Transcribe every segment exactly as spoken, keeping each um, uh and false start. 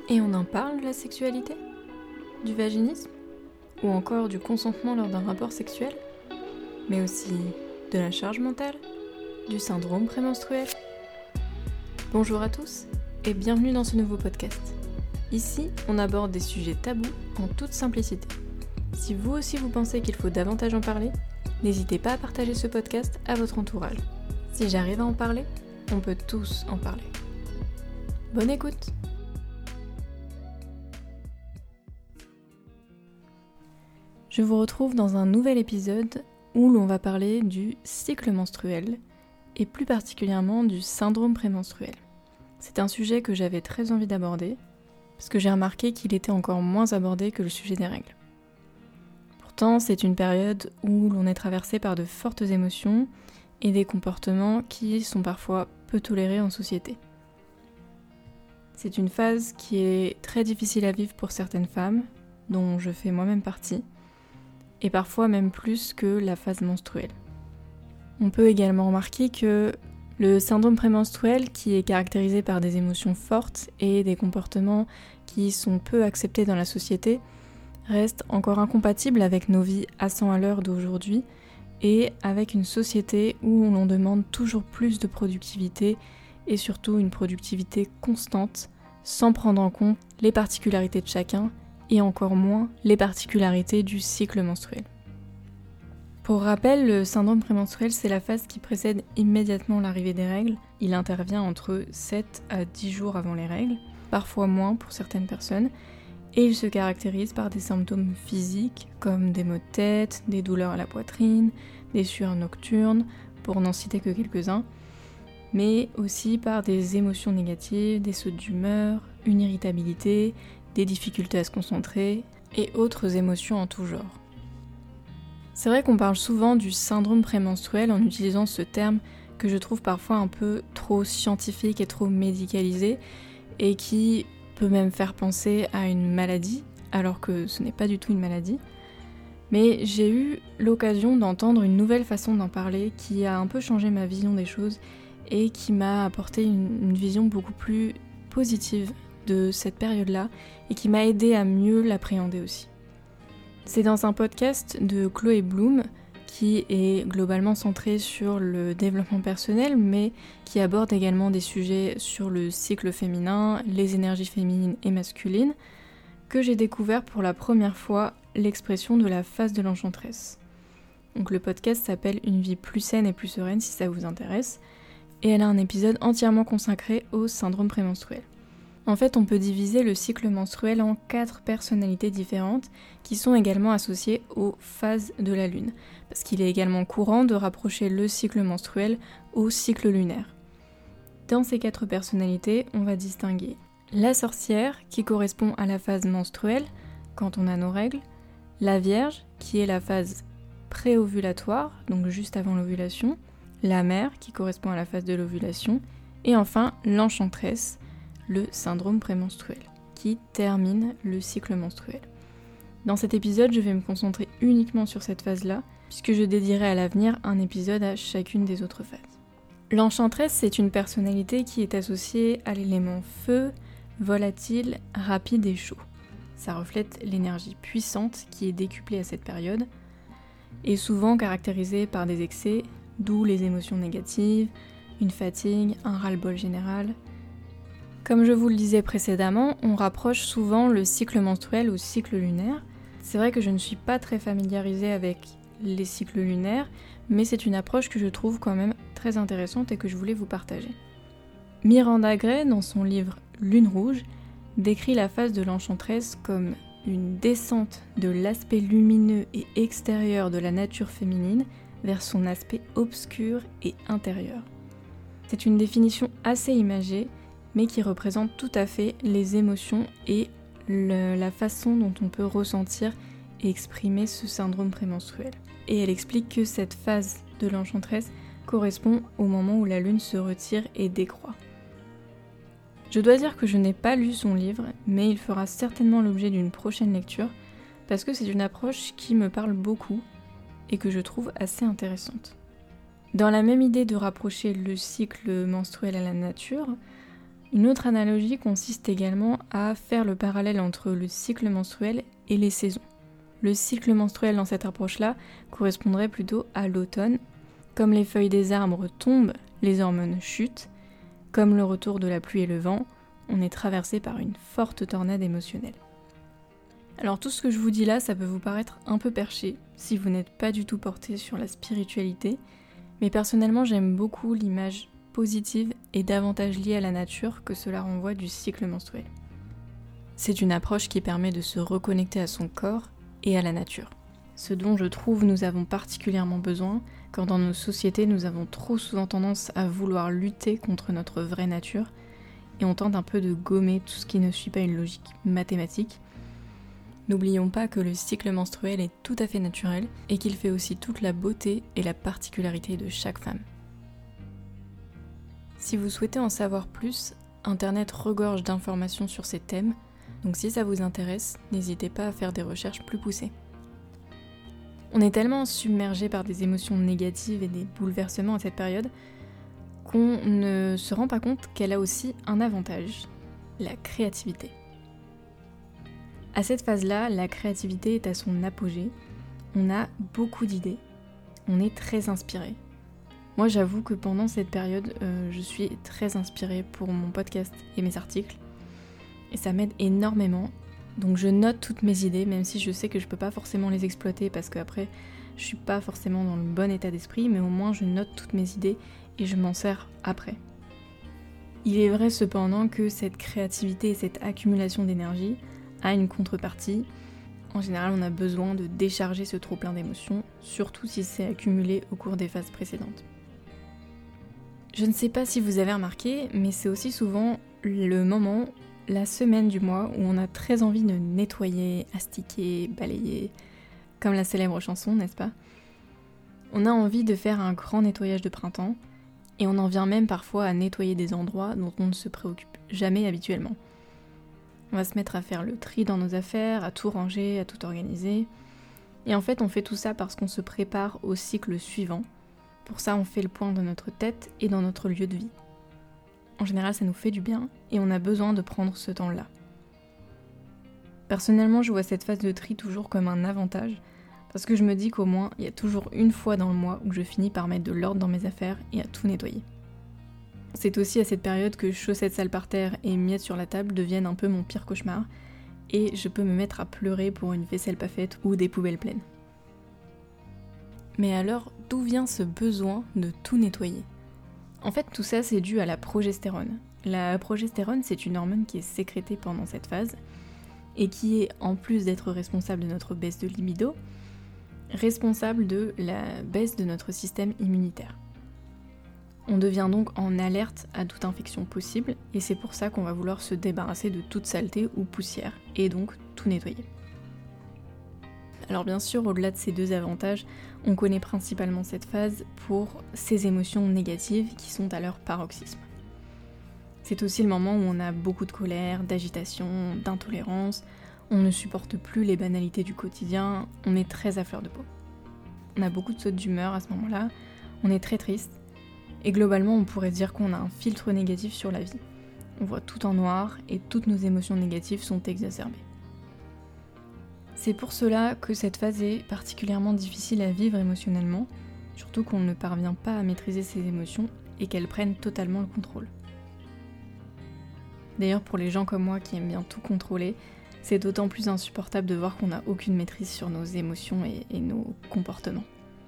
Et on en parle de la sexualité ? Du vaginisme ? Ou encore du consentement lors d'un rapport sexuel ? Mais aussi de la charge mentale ? Du syndrome prémenstruel ? Bonjour à tous et bienvenue dans ce nouveau podcast. Ici, on aborde des sujets tabous en toute simplicité. Si vous aussi vous pensez qu'il faut davantage en parler, n'hésitez pas à partager ce podcast à votre entourage. Si j'arrive à en parler, on peut tous en parler. Bonne écoute! Je vous retrouve dans un nouvel épisode où l'on va parler du cycle menstruel et plus particulièrement du syndrome prémenstruel. C'est un sujet que j'avais très envie d'aborder parce que j'ai remarqué qu'il était encore moins abordé que le sujet des règles. Pourtant, c'est une période où l'on est traversé par de fortes émotions et des comportements qui sont parfois peu tolérés en société. C'est une phase qui est très difficile à vivre pour certaines femmes, dont je fais moi-même partie, et parfois même plus que la phase menstruelle. On peut également remarquer que le syndrome prémenstruel, qui est caractérisé par des émotions fortes et des comportements qui sont peu acceptés dans la société, reste encore incompatible avec nos vies à cent à l'heure d'aujourd'hui et avec une société où l'on demande toujours plus de productivité et surtout une productivité constante sans prendre en compte les particularités de chacun et encore moins les particularités du cycle menstruel. Pour rappel, le syndrome prémenstruel, c'est la phase qui précède immédiatement l'arrivée des règles. Il intervient entre sept à dix jours avant les règles, parfois moins pour certaines personnes, et il se caractérise par des symptômes physiques comme des maux de tête, des douleurs à la poitrine, des sueurs nocturnes, pour n'en citer que quelques-uns, mais aussi par des émotions négatives, des sautes d'humeur, une irritabilité, des difficultés à se concentrer et autres émotions en tout genre. C'est vrai qu'on parle souvent du syndrome prémenstruel en utilisant ce terme que je trouve parfois un peu trop scientifique et trop médicalisé et qui peut même faire penser à une maladie, alors que ce n'est pas du tout une maladie. Mais j'ai eu l'occasion d'entendre une nouvelle façon d'en parler qui a un peu changé ma vision des choses et qui m'a apporté une, une vision beaucoup plus positive de cette période-là et qui m'a aidé à mieux l'appréhender aussi. C'est dans un podcast de Chloé Bloom qui est globalement centré sur le développement personnel mais qui aborde également des sujets sur le cycle féminin, les énergies féminines et masculines, que j'ai découvert pour la première fois l'expression de la phase de l'enchanteresse. Donc le podcast s'appelle Une vie plus saine et plus sereine si ça vous intéresse, et elle a un épisode entièrement consacré au syndrome prémenstruel. En fait, on peut diviser le cycle menstruel en quatre personnalités différentes qui sont également associées aux phases de la lune, parce qu'il est également courant de rapprocher le cycle menstruel au cycle lunaire. Dans ces quatre personnalités, on va distinguer la sorcière, qui correspond à la phase menstruelle, quand on a nos règles, la vierge, qui est la phase pré-ovulatoire, donc juste avant l'ovulation, la mère, qui correspond à la phase de l'ovulation, et enfin l'enchanteresse, le syndrome prémenstruel, qui termine le cycle menstruel. Dans cet épisode, je vais me concentrer uniquement sur cette phase-là, puisque je dédierai à l'avenir un épisode à chacune des autres phases. L'enchanteresse, c'est une personnalité qui est associée à l'élément feu, volatile, rapide et chaud. Ça reflète l'énergie puissante qui est décuplée à cette période, et souvent caractérisée par des excès, d'où les émotions négatives, une fatigue, un ras-le-bol général. Comme je vous le disais précédemment, on rapproche souvent le cycle menstruel au cycle lunaire. C'est vrai que je ne suis pas très familiarisée avec les cycles lunaires, mais c'est une approche que je trouve quand même très intéressante et que je voulais vous partager. Miranda Gray, dans son livre Lune rouge, décrit la phase de l'enchanteresse comme une descente de l'aspect lumineux et extérieur de la nature féminine vers son aspect obscur et intérieur. C'est une définition assez imagée, mais qui représente tout à fait les émotions et le, la façon dont on peut ressentir et exprimer ce syndrome prémenstruel. Et elle explique que cette phase de l'enchanteresse correspond au moment où la lune se retire et décroît. Je dois dire que je n'ai pas lu son livre, mais il fera certainement l'objet d'une prochaine lecture, parce que c'est une approche qui me parle beaucoup et que je trouve assez intéressante. Dans la même idée de rapprocher le cycle menstruel à la nature, Une autre analogie consiste également à faire le parallèle entre le cycle menstruel et les saisons. Le cycle menstruel dans cette approche-là correspondrait plutôt à l'automne. Comme les feuilles des arbres tombent, les hormones chutent. Comme le retour de la pluie et le vent, on est traversé par une forte tornade émotionnelle. Alors tout ce que je vous dis là, ça peut vous paraître un peu perché si vous n'êtes pas du tout porté sur la spiritualité, mais personnellement j'aime beaucoup l'image positive et davantage liée à la nature que cela renvoie du cycle menstruel. C'est une approche qui permet de se reconnecter à son corps et à la nature. Ce dont je trouve nous avons particulièrement besoin quand dans nos sociétés nous avons trop souvent tendance à vouloir lutter contre notre vraie nature et on tente un peu de gommer tout ce qui ne suit pas une logique mathématique. N'oublions pas que le cycle menstruel est tout à fait naturel et qu'il fait aussi toute la beauté et la particularité de chaque femme. Si vous souhaitez en savoir plus, Internet regorge d'informations sur ces thèmes, donc si ça vous intéresse, n'hésitez pas à faire des recherches plus poussées. On est tellement submergé par des émotions négatives et des bouleversements à cette période qu'on ne se rend pas compte qu'elle a aussi un avantage, la créativité. À cette phase-là, la créativité est à son apogée, on a beaucoup d'idées, on est très inspiré. Moi j'avoue que pendant cette période, euh, je suis très inspirée pour mon podcast et mes articles, et ça m'aide énormément, donc je note toutes mes idées, même si je sais que je peux pas forcément les exploiter parce qu'après je suis pas forcément dans le bon état d'esprit, mais au moins je note toutes mes idées et je m'en sers après. Il est vrai cependant que cette créativité et cette accumulation d'énergie a une contrepartie. En général, on a besoin de décharger ce trop-plein d'émotions, surtout si c'est accumulé au cours des phases précédentes. Je ne sais pas si vous avez remarqué, mais c'est aussi souvent le moment, la semaine du mois où on a très envie de nettoyer, astiquer, balayer, comme la célèbre chanson, n'est-ce pas ? On a envie de faire un grand nettoyage de printemps, et on en vient même parfois à nettoyer des endroits dont on ne se préoccupe jamais habituellement. On va se mettre à faire le tri dans nos affaires, à tout ranger, à tout organiser. Et en fait, on fait tout ça parce qu'on se prépare au cycle suivant. Pour ça, on fait le point dans notre tête et dans notre lieu de vie. En général, ça nous fait du bien et on a besoin de prendre ce temps-là. Personnellement, je vois cette phase de tri toujours comme un avantage parce que je me dis qu'au moins, il y a toujours une fois dans le mois où je finis par mettre de l'ordre dans mes affaires et à tout nettoyer. C'est aussi à cette période que chaussettes sales par terre et miettes sur la table deviennent un peu mon pire cauchemar, et je peux me mettre à pleurer pour une vaisselle pas faite ou des poubelles pleines. Mais alors, d'où vient ce besoin de tout nettoyer ? En fait, tout ça, c'est dû à la progestérone. La progestérone, c'est une hormone qui est sécrétée pendant cette phase, et qui est, en plus d'être responsable de notre baisse de libido, responsable de la baisse de notre système immunitaire. On devient donc en alerte à toute infection possible, et c'est pour ça qu'on va vouloir se débarrasser de toute saleté ou poussière, et donc tout nettoyer. Alors bien sûr, au-delà de ces deux avantages, on connaît principalement cette phase pour ces émotions négatives qui sont à leur paroxysme. C'est aussi le moment où on a beaucoup de colère, d'agitation, d'intolérance, on ne supporte plus les banalités du quotidien, on est très à fleur de peau. On a beaucoup de sautes d'humeur à ce moment-là, on est très triste, et globalement on pourrait dire qu'on a un filtre négatif sur la vie. On voit tout en noir et toutes nos émotions négatives sont exacerbées. C'est pour cela que cette phase est particulièrement difficile à vivre émotionnellement, surtout qu'on ne parvient pas à maîtriser ses émotions et qu'elles prennent totalement le contrôle. D'ailleurs, pour les gens comme moi qui aiment bien tout contrôler, c'est d'autant plus insupportable de voir qu'on n'a aucune maîtrise sur nos émotions et, et nos comportements.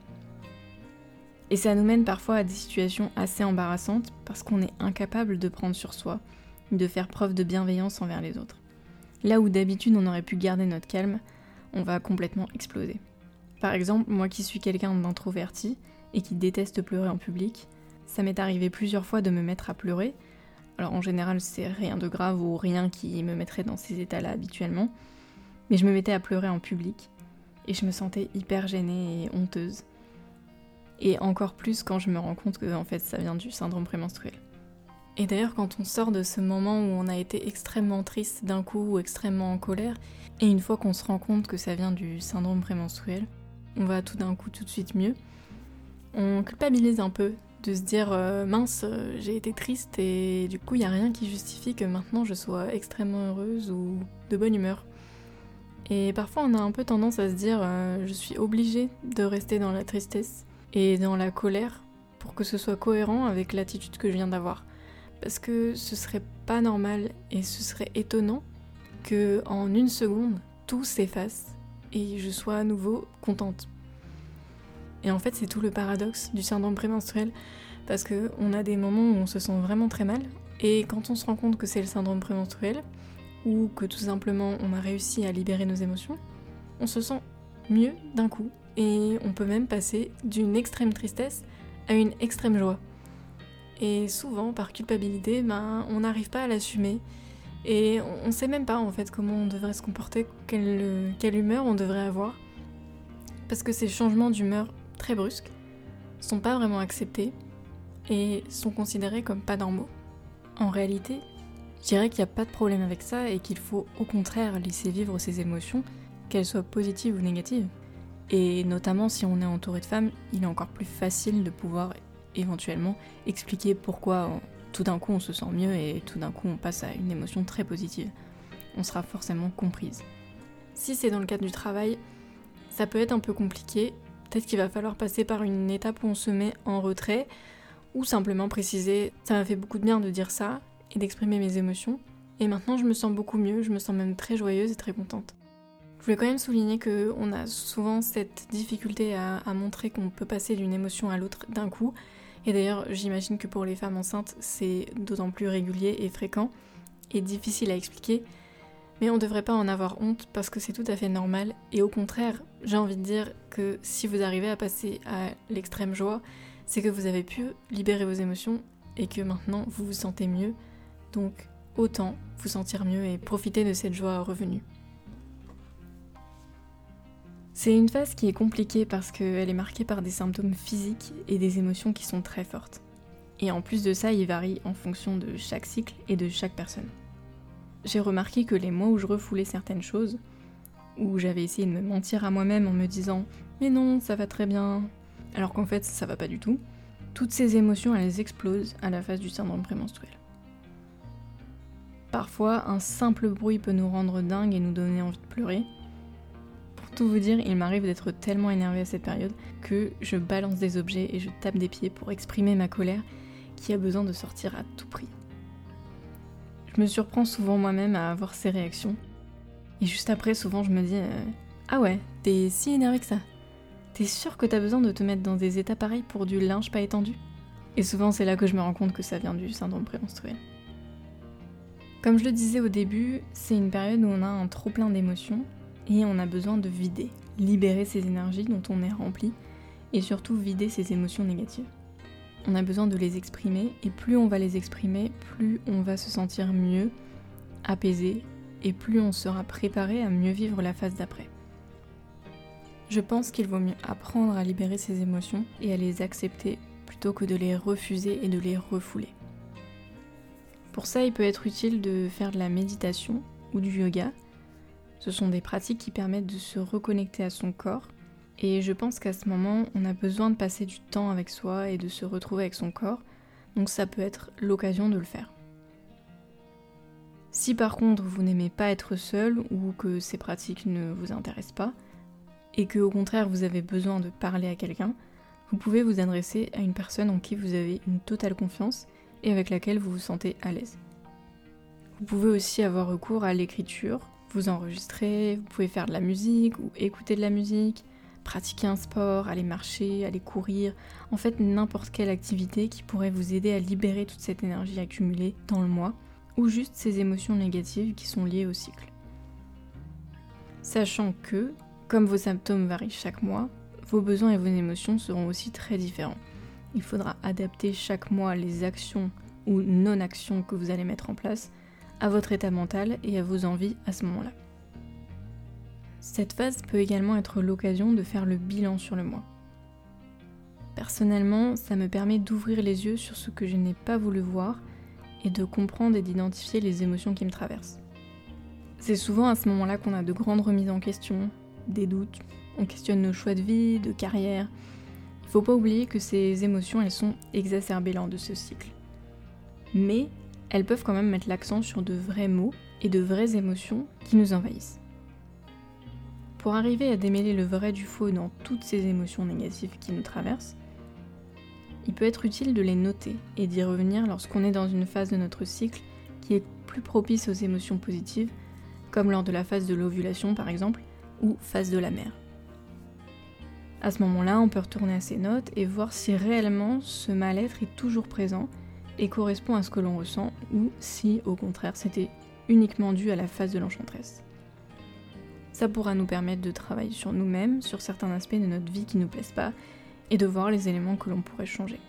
Et ça nous mène parfois à des situations assez embarrassantes parce qu'on est incapable de prendre sur soi, de faire preuve de bienveillance envers les autres. Là où d'habitude on aurait pu garder notre calme, on va complètement exploser. Par exemple, moi qui suis quelqu'un d'introverti et qui déteste pleurer en public, ça m'est arrivé plusieurs fois de me mettre à pleurer. Alors en général c'est rien de grave ou rien qui me mettrait dans ces états-là habituellement, mais je me mettais à pleurer en public et je me sentais hyper gênée et honteuse. Et encore plus quand je me rends compte que en fait ça vient du syndrome prémenstruel. Et d'ailleurs quand on sort de ce moment où on a été extrêmement triste d'un coup ou extrêmement en colère, et une fois qu'on se rend compte que ça vient du syndrome prémenstruel, on va tout d'un coup tout de suite mieux. On culpabilise un peu de se dire euh, mince, euh, j'ai été triste et du coup il n'y a rien qui justifie que maintenant je sois extrêmement heureuse ou de bonne humeur. Et parfois on a un peu tendance à se dire euh, je suis obligée de rester dans la tristesse et dans la colère pour que ce soit cohérent avec l'attitude que je viens d'avoir. Parce que ce serait pas normal et ce serait étonnant que en une seconde tout s'efface et je sois à nouveau contente. Et en fait, c'est tout le paradoxe du syndrome prémenstruel, parce qu'on a des moments où on se sent vraiment très mal, et quand on se rend compte que c'est le syndrome prémenstruel, ou que tout simplement on a réussi à libérer nos émotions, on se sent mieux d'un coup, et on peut même passer d'une extrême tristesse à une extrême joie. Et souvent, par culpabilité, ben, on n'arrive pas à l'assumer, et on ne sait même pas en fait comment on devrait se comporter, quelle, quelle humeur on devrait avoir, parce que ces changements d'humeur très brusques, sont pas vraiment acceptés et sont considérés comme pas normaux. En réalité, je dirais qu'il n'y a pas de problème avec ça et qu'il faut au contraire laisser vivre ces émotions, qu'elles soient positives ou négatives. Et notamment si on est entouré de femmes, il est encore plus facile de pouvoir éventuellement expliquer pourquoi tout d'un coup on se sent mieux et tout d'un coup on passe à une émotion très positive. On sera forcément comprise. Si c'est dans le cadre du travail, ça peut être un peu compliqué. Peut-être qu'il va falloir passer par une étape où on se met en retrait, ou simplement préciser « ça m'a fait beaucoup de bien de dire ça » et d'exprimer mes émotions, et maintenant je me sens beaucoup mieux, je me sens même très joyeuse et très contente. Je voulais quand même souligner qu'on a souvent cette difficulté à, à montrer qu'on peut passer d'une émotion à l'autre d'un coup, et d'ailleurs j'imagine que pour les femmes enceintes c'est d'autant plus régulier et fréquent, et difficile à expliquer, mais on ne devrait pas en avoir honte parce que c'est tout à fait normal, et au contraire, j'ai envie de dire que si vous arrivez à passer à l'extrême joie, c'est que vous avez pu libérer vos émotions et que maintenant vous vous sentez mieux, donc autant vous sentir mieux et profiter de cette joie revenue. C'est une phase qui est compliquée parce qu'elle est marquée par des symptômes physiques et des émotions qui sont très fortes. Et en plus de ça, il varie en fonction de chaque cycle et de chaque personne. J'ai remarqué que les mois où je refoulais certaines choses, où j'avais essayé de me mentir à moi-même en me disant « mais non, ça va très bien », alors qu'en fait ça va pas du tout, toutes ces émotions elles explosent à la phase du syndrome prémenstruel. Parfois, un simple bruit peut nous rendre dingue et nous donner envie de pleurer. Pour tout vous dire, il m'arrive d'être tellement énervée à cette période que je balance des objets et je tape des pieds pour exprimer ma colère qui a besoin de sortir à tout prix. Je me surprends souvent moi-même à avoir ces réactions. Et juste après, souvent, je me dis euh, « Ah ouais, t'es si énervé que ça. T'es sûr que t'as besoin de te mettre dans des états pareils pour du linge pas étendu ?» Et souvent, c'est là que je me rends compte que ça vient du syndrome prémenstruel. Comme je le disais au début, c'est une période où on a un trop-plein d'émotions et on a besoin de vider, libérer ces énergies dont on est rempli et surtout vider ces émotions négatives. On a besoin de les exprimer, et plus on va les exprimer, plus on va se sentir mieux, apaisé, et plus on sera préparé à mieux vivre la phase d'après. Je pense qu'il vaut mieux apprendre à libérer ses émotions et à les accepter plutôt que de les refuser et de les refouler. Pour ça, il peut être utile de faire de la méditation ou du yoga. Ce sont des pratiques qui permettent de se reconnecter à son corps. Et je pense qu'à ce moment, on a besoin de passer du temps avec soi et de se retrouver avec son corps, donc ça peut être l'occasion de le faire. Si par contre vous n'aimez pas être seul ou que ces pratiques ne vous intéressent pas, et que au contraire vous avez besoin de parler à quelqu'un, vous pouvez vous adresser à une personne en qui vous avez une totale confiance et avec laquelle vous vous sentez à l'aise. Vous pouvez aussi avoir recours à l'écriture, vous enregistrer, vous pouvez faire de la musique ou écouter de la musique, pratiquer un sport, aller marcher, aller courir, en fait n'importe quelle activité qui pourrait vous aider à libérer toute cette énergie accumulée dans le mois, ou juste ces émotions négatives qui sont liées au cycle. Sachant que, comme vos symptômes varient chaque mois, vos besoins et vos émotions seront aussi très différents. Il faudra adapter chaque mois les actions ou non-actions que vous allez mettre en place à votre état mental et à vos envies à ce moment-là. Cette phase peut également être l'occasion de faire le bilan sur le mois. Personnellement, ça me permet d'ouvrir les yeux sur ce que je n'ai pas voulu voir et de comprendre et d'identifier les émotions qui me traversent. C'est souvent à ce moment-là qu'on a de grandes remises en question, des doutes, on questionne nos choix de vie, de carrière. Il faut pas oublier que ces émotions, elles sont exacerbées lors de ce cycle. Mais elles peuvent quand même mettre l'accent sur de vrais mots et de vraies émotions qui nous envahissent. Pour arriver à démêler le vrai du faux dans toutes ces émotions négatives qui nous traversent, il peut être utile de les noter et d'y revenir lorsqu'on est dans une phase de notre cycle qui est plus propice aux émotions positives, comme lors de la phase de l'ovulation par exemple, ou phase de la mère. À ce moment-là, on peut retourner à ces notes et voir si réellement ce mal-être est toujours présent et correspond à ce que l'on ressent, ou si au contraire c'était uniquement dû à la phase de l'enchanteresse. Ça pourra nous permettre de travailler sur nous-mêmes, sur certains aspects de notre vie qui ne nous plaisent pas, et de voir les éléments que l'on pourrait changer.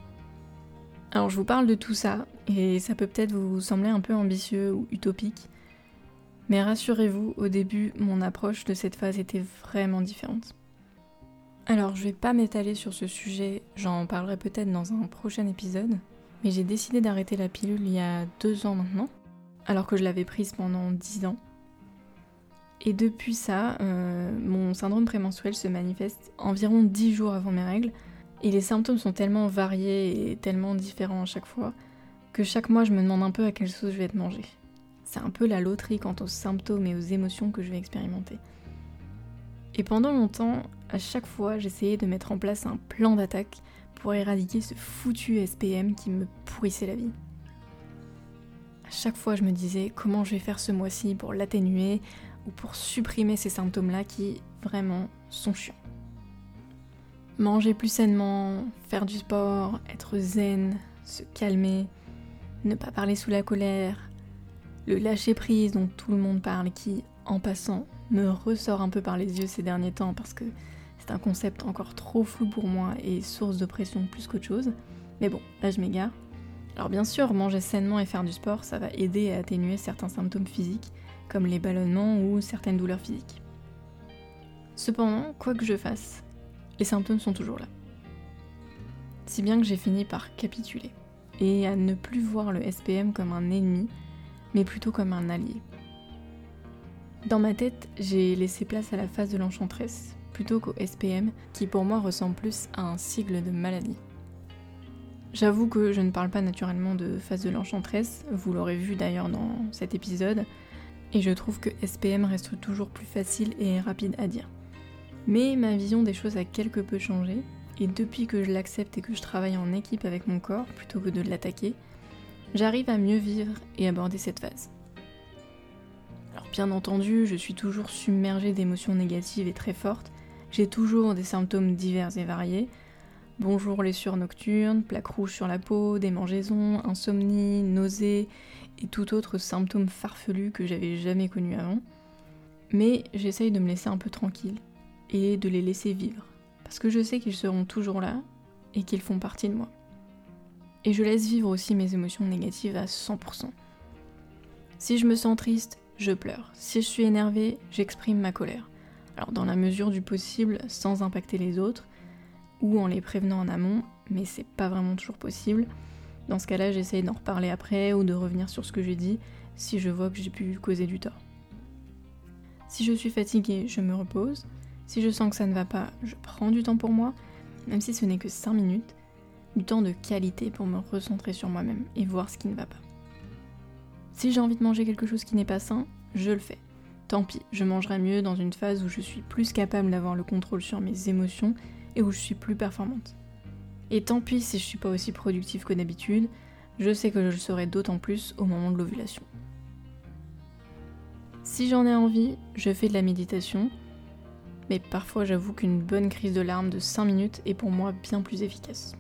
Alors je vous parle de tout ça, et ça peut peut-être vous sembler un peu ambitieux ou utopique, mais rassurez-vous, au début, mon approche de cette phase était vraiment différente. Alors je vais pas m'étaler sur ce sujet, j'en parlerai peut-être dans un prochain épisode, mais j'ai décidé d'arrêter la pilule il y a deux ans maintenant, alors que je l'avais prise pendant dix ans. Et depuis ça, euh, mon syndrome prémenstruel se manifeste environ dix jours avant mes règles, et les symptômes sont tellement variés et tellement différents à chaque fois, que chaque mois je me demande un peu à quelle sauce je vais être mangée. C'est un peu la loterie quant aux symptômes et aux émotions que je vais expérimenter. Et pendant longtemps, à chaque fois, j'essayais de mettre en place un plan d'attaque pour éradiquer ce foutu S P M qui me pourrissait la vie. À chaque fois, je me disais comment je vais faire ce mois-ci pour l'atténuer ou pour supprimer ces symptômes-là qui, vraiment, sont chiants. Manger plus sainement, faire du sport, être zen, se calmer, ne pas parler sous la colère, le lâcher-prise dont tout le monde parle qui, en passant, me ressort un peu par les yeux ces derniers temps parce que c'est un concept encore trop flou pour moi et source de pression plus qu'autre chose. Mais bon, là je m'égare. Alors bien sûr, manger sainement et faire du sport, ça va aider à atténuer certains symptômes physiques, comme les ballonnements ou certaines douleurs physiques. Cependant, quoi que je fasse, les symptômes sont toujours là. Si bien que j'ai fini par capituler, et à ne plus voir le S P M comme un ennemi, mais plutôt comme un allié. Dans ma tête, j'ai laissé place à la phase de l'enchanteresse, plutôt qu'au S P M, qui pour moi ressemble plus à un sigle de maladie. J'avoue que je ne parle pas naturellement de phase de l'enchanteresse, vous l'aurez vu d'ailleurs dans cet épisode, et je trouve que S P M reste toujours plus facile et rapide à dire. Mais ma vision des choses a quelque peu changé, et depuis que je l'accepte et que je travaille en équipe avec mon corps, plutôt que de l'attaquer, j'arrive à mieux vivre et aborder cette phase. Alors bien entendu, je suis toujours submergée d'émotions négatives et très fortes, j'ai toujours des symptômes divers et variés. Bonjour les sueurs nocturnes, plaques rouges sur la peau, démangeaisons, insomnie, nausées et tout autre symptôme farfelu que j'avais jamais connu avant. Mais j'essaye de me laisser un peu tranquille et de les laisser vivre, parce que je sais qu'ils seront toujours là et qu'ils font partie de moi. Et je laisse vivre aussi mes émotions négatives à cent pour cent. Si je me sens triste, je pleure. Si je suis énervée, j'exprime ma colère. Alors dans la mesure du possible, sans impacter les autres, ou en les prévenant en amont, mais c'est pas vraiment toujours possible. Dans ce cas-là, j'essaye d'en reparler après ou de revenir sur ce que j'ai dit si je vois que j'ai pu causer du tort. Si je suis fatiguée, je me repose. Si je sens que ça ne va pas, je prends du temps pour moi, même si ce n'est que cinq minutes, du temps de qualité pour me recentrer sur moi-même et voir ce qui ne va pas. Si j'ai envie de manger quelque chose qui n'est pas sain, je le fais. Tant pis, je mangerai mieux dans une phase où je suis plus capable d'avoir le contrôle sur mes émotions et où je suis plus performante. Et tant pis si je suis pas aussi productive que d'habitude, je sais que je le serai d'autant plus au moment de l'ovulation. Si j'en ai envie, je fais de la méditation, mais parfois j'avoue qu'une bonne crise de larmes de cinq minutes est pour moi bien plus efficace.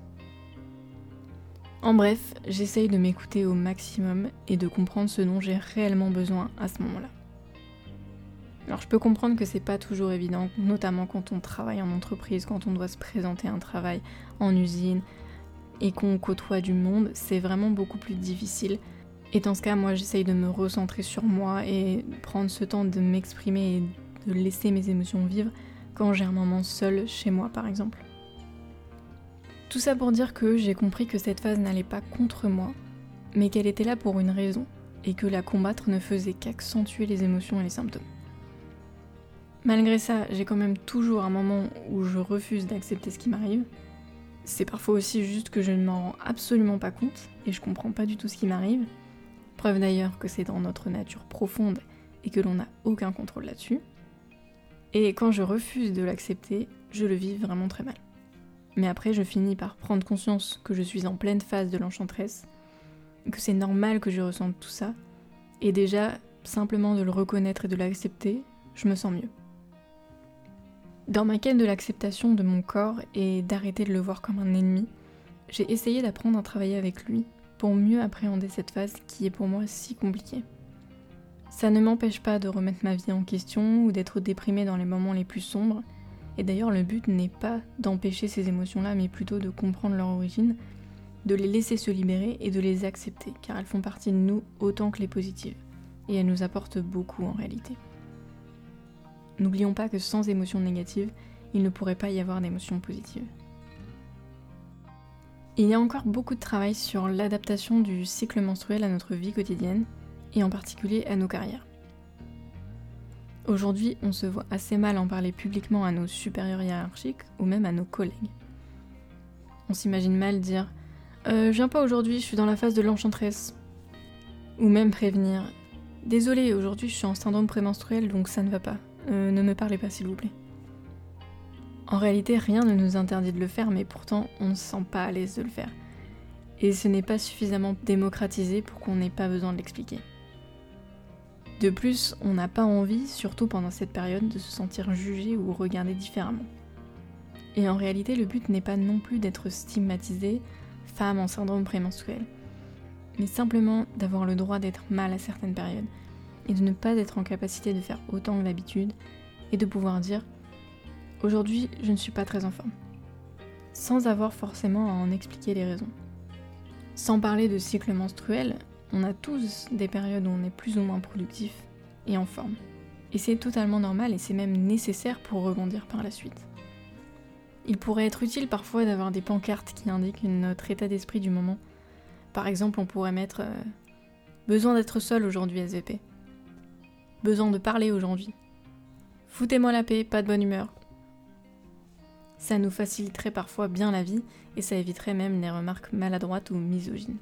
En bref, j'essaye de m'écouter au maximum et de comprendre ce dont j'ai réellement besoin à ce moment-là. Alors je peux comprendre que c'est pas toujours évident, notamment quand on travaille en entreprise, quand on doit se présenter un travail en usine et qu'on côtoie du monde, c'est vraiment beaucoup plus difficile. Et dans ce cas, moi j'essaye de me recentrer sur moi et prendre ce temps de m'exprimer et de laisser mes émotions vivre quand j'ai un moment seul chez moi par exemple. Tout ça pour dire que j'ai compris que cette phase n'allait pas contre moi, mais qu'elle était là pour une raison, et que la combattre ne faisait qu'accentuer les émotions et les symptômes. Malgré ça, j'ai quand même toujours un moment où je refuse d'accepter ce qui m'arrive, C'est parfois aussi juste que je ne m'en rends absolument pas compte et je comprends pas du tout ce qui m'arrive. Preuve d'ailleurs que c'est dans notre nature profonde et que l'on n'a aucun contrôle là-dessus. Et quand je refuse de l'accepter, je le vis vraiment très mal. Mais après, je finis par prendre conscience que je suis en pleine phase de l'enchanteresse, que c'est normal que je ressente tout ça, et déjà, simplement de le reconnaître et de l'accepter, je me sens mieux. Dans ma quête de l'acceptation de mon corps et d'arrêter de le voir comme un ennemi, j'ai essayé d'apprendre à travailler avec lui pour mieux appréhender cette phase qui est pour moi si compliquée. Ça ne m'empêche pas de remettre ma vie en question ou d'être déprimée dans les moments les plus sombres, et d'ailleurs le but n'est pas d'empêcher ces émotions-là, mais plutôt de comprendre leur origine, de les laisser se libérer et de les accepter, car elles font partie de nous autant que les positives, et elles nous apportent beaucoup en réalité. N'oublions pas que sans émotions négatives, il ne pourrait pas y avoir d'émotions positives. Il y a encore beaucoup de travail sur l'adaptation du cycle menstruel à notre vie quotidienne, et en particulier à nos carrières. Aujourd'hui, on se voit assez mal en parler publiquement à nos supérieurs hiérarchiques ou même à nos collègues. On s'imagine mal dire euh, « Je viens pas aujourd'hui, je suis dans la phase de l'enchanteresse ». Ou même prévenir « Désolé, aujourd'hui je suis en syndrome prémenstruel donc ça ne va pas, euh, ne me parlez pas s'il vous plaît ». En réalité, rien ne nous interdit de le faire, mais pourtant on ne se sent pas à l'aise de le faire. Et ce n'est pas suffisamment démocratisé pour qu'on n'ait pas besoin de l'expliquer. De plus, on n'a pas envie, surtout pendant cette période, de se sentir jugé ou regardé différemment. Et en réalité, le but n'est pas non plus d'être stigmatisé, femme en syndrome prémenstruel, mais simplement d'avoir le droit d'être mal à certaines périodes, et de ne pas être en capacité de faire autant que d'habitude, et de pouvoir dire « Aujourd'hui, je ne suis pas très en forme », sans avoir forcément à en expliquer les raisons. Sans parler de cycle menstruel, on a tous des périodes où on est plus ou moins productif et en forme. Et c'est totalement normal et c'est même nécessaire pour rebondir par la suite. Il pourrait être utile parfois d'avoir des pancartes qui indiquent notre état d'esprit du moment. Par exemple, on pourrait mettre euh, « Besoin d'être seul aujourd'hui S V P »,« Besoin de parler aujourd'hui »,« Foutez-moi la paix, pas de bonne humeur ». Ça nous faciliterait parfois bien la vie et ça éviterait même les remarques maladroites ou misogynes.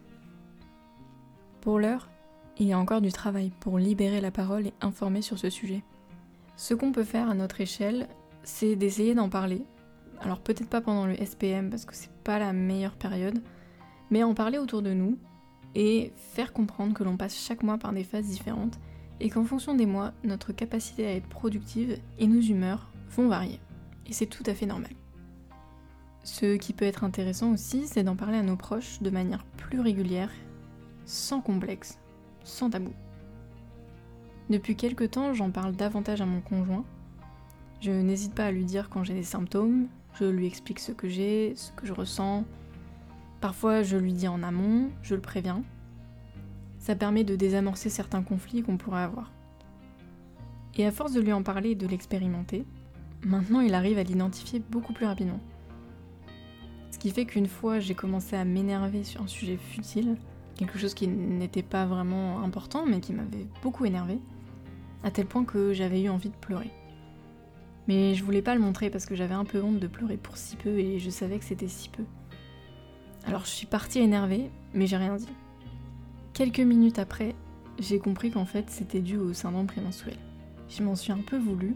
Pour l'heure, il y a encore du travail pour libérer la parole et informer sur ce sujet. Ce qu'on peut faire à notre échelle, c'est d'essayer d'en parler. Alors peut-être pas pendant le S P M parce que c'est pas la meilleure période, mais en parler autour de nous et faire comprendre que l'on passe chaque mois par des phases différentes et qu'en fonction des mois, notre capacité à être productive et nos humeurs vont varier. Et c'est tout à fait normal. Ce qui peut être intéressant aussi, c'est d'en parler à nos proches de manière plus régulière, sans complexe, sans tabou. Depuis quelque temps, j'en parle davantage à mon conjoint. Je n'hésite pas à lui dire quand j'ai des symptômes, je lui explique ce que j'ai, ce que je ressens. Parfois, je lui dis en amont, je le préviens. Ça permet de désamorcer certains conflits qu'on pourrait avoir. Et à force de lui en parler et de l'expérimenter, maintenant il arrive à l'identifier beaucoup plus rapidement. Ce qui fait qu'une fois j'ai commencé à m'énerver sur un sujet futile, quelque chose qui n'était pas vraiment important mais qui m'avait beaucoup énervé, à tel point que j'avais eu envie de pleurer. Mais je voulais pas le montrer parce que j'avais un peu honte de pleurer pour si peu et je savais que c'était si peu. Alors je suis partie énervée, mais j'ai rien dit. Quelques minutes après, j'ai compris qu'en fait c'était dû au syndrome prémenstruel. Je m'en suis un peu voulu.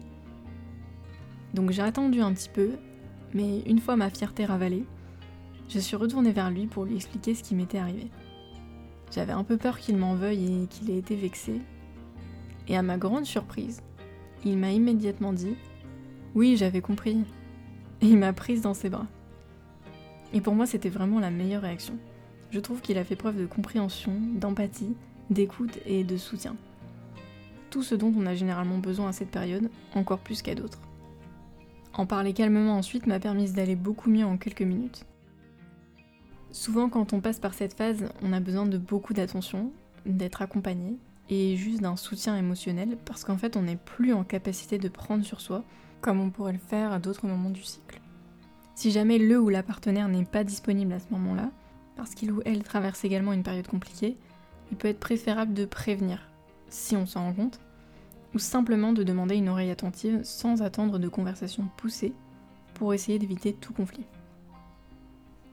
Donc j'ai attendu un petit peu, mais une fois ma fierté ravalée, je suis retournée vers lui pour lui expliquer ce qui m'était arrivé. J'avais un peu peur qu'il m'en veuille et qu'il ait été vexé. Et à ma grande surprise, il m'a immédiatement dit « Oui, j'avais compris ». Et il m'a prise dans ses bras. Et pour moi, c'était vraiment la meilleure réaction. Je trouve qu'il a fait preuve de compréhension, d'empathie, d'écoute et de soutien. Tout ce dont on a généralement besoin à cette période, encore plus qu'à d'autres. En parler calmement ensuite m'a permis d'aller beaucoup mieux en quelques minutes. Souvent, quand on passe par cette phase, on a besoin de beaucoup d'attention, d'être accompagné, et juste d'un soutien émotionnel, parce qu'en fait, on n'est plus en capacité de prendre sur soi, comme on pourrait le faire à d'autres moments du cycle. Si jamais le ou la partenaire n'est pas disponible à ce moment-là, parce qu'il ou elle traverse également une période compliquée, il peut être préférable de prévenir, si on s'en rend compte, ou simplement de demander une oreille attentive sans attendre de conversations poussées pour essayer d'éviter tout conflit.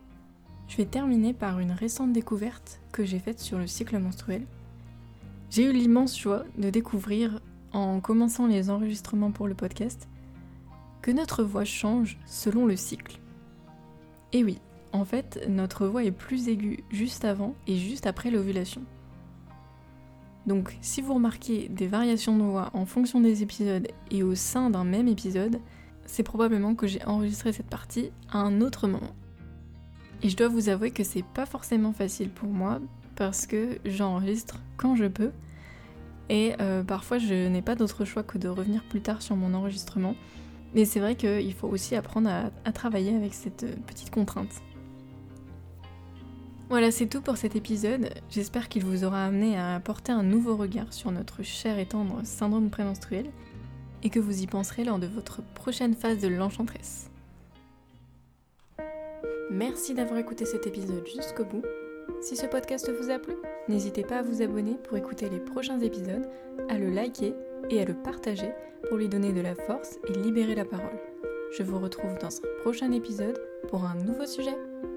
je vais terminer par une récente découverte que j'ai faite sur le cycle menstruel. J'ai eu l'immense joie de découvrir, en commençant les enregistrements pour le podcast, que notre voix change selon le cycle. Et oui, en fait, notre voix est plus aiguë juste avant et juste après l'ovulation. Donc, si vous remarquez des variations de voix en fonction des épisodes et au sein d'un même épisode, c'est probablement que j'ai enregistré cette partie à un autre moment. Et je dois vous avouer que c'est pas forcément facile pour moi parce que j'enregistre quand je peux et euh, parfois je n'ai pas d'autre choix que de revenir plus tard sur mon enregistrement. Mais c'est vrai qu'il faut aussi apprendre à, à travailler avec cette petite contrainte. Voilà, c'est tout pour cet épisode. J'espère qu'il vous aura amené à porter un nouveau regard sur notre cher et tendre syndrome prémenstruel et que vous y penserez lors de votre prochaine phase de l'enchantresse. Merci d'avoir écouté cet épisode jusqu'au bout. Si ce podcast vous a plu, n'hésitez pas à vous abonner pour écouter les prochains épisodes, à le liker et à le partager pour lui donner de la force et libérer la parole. Je vous retrouve dans un prochain épisode pour un nouveau sujet.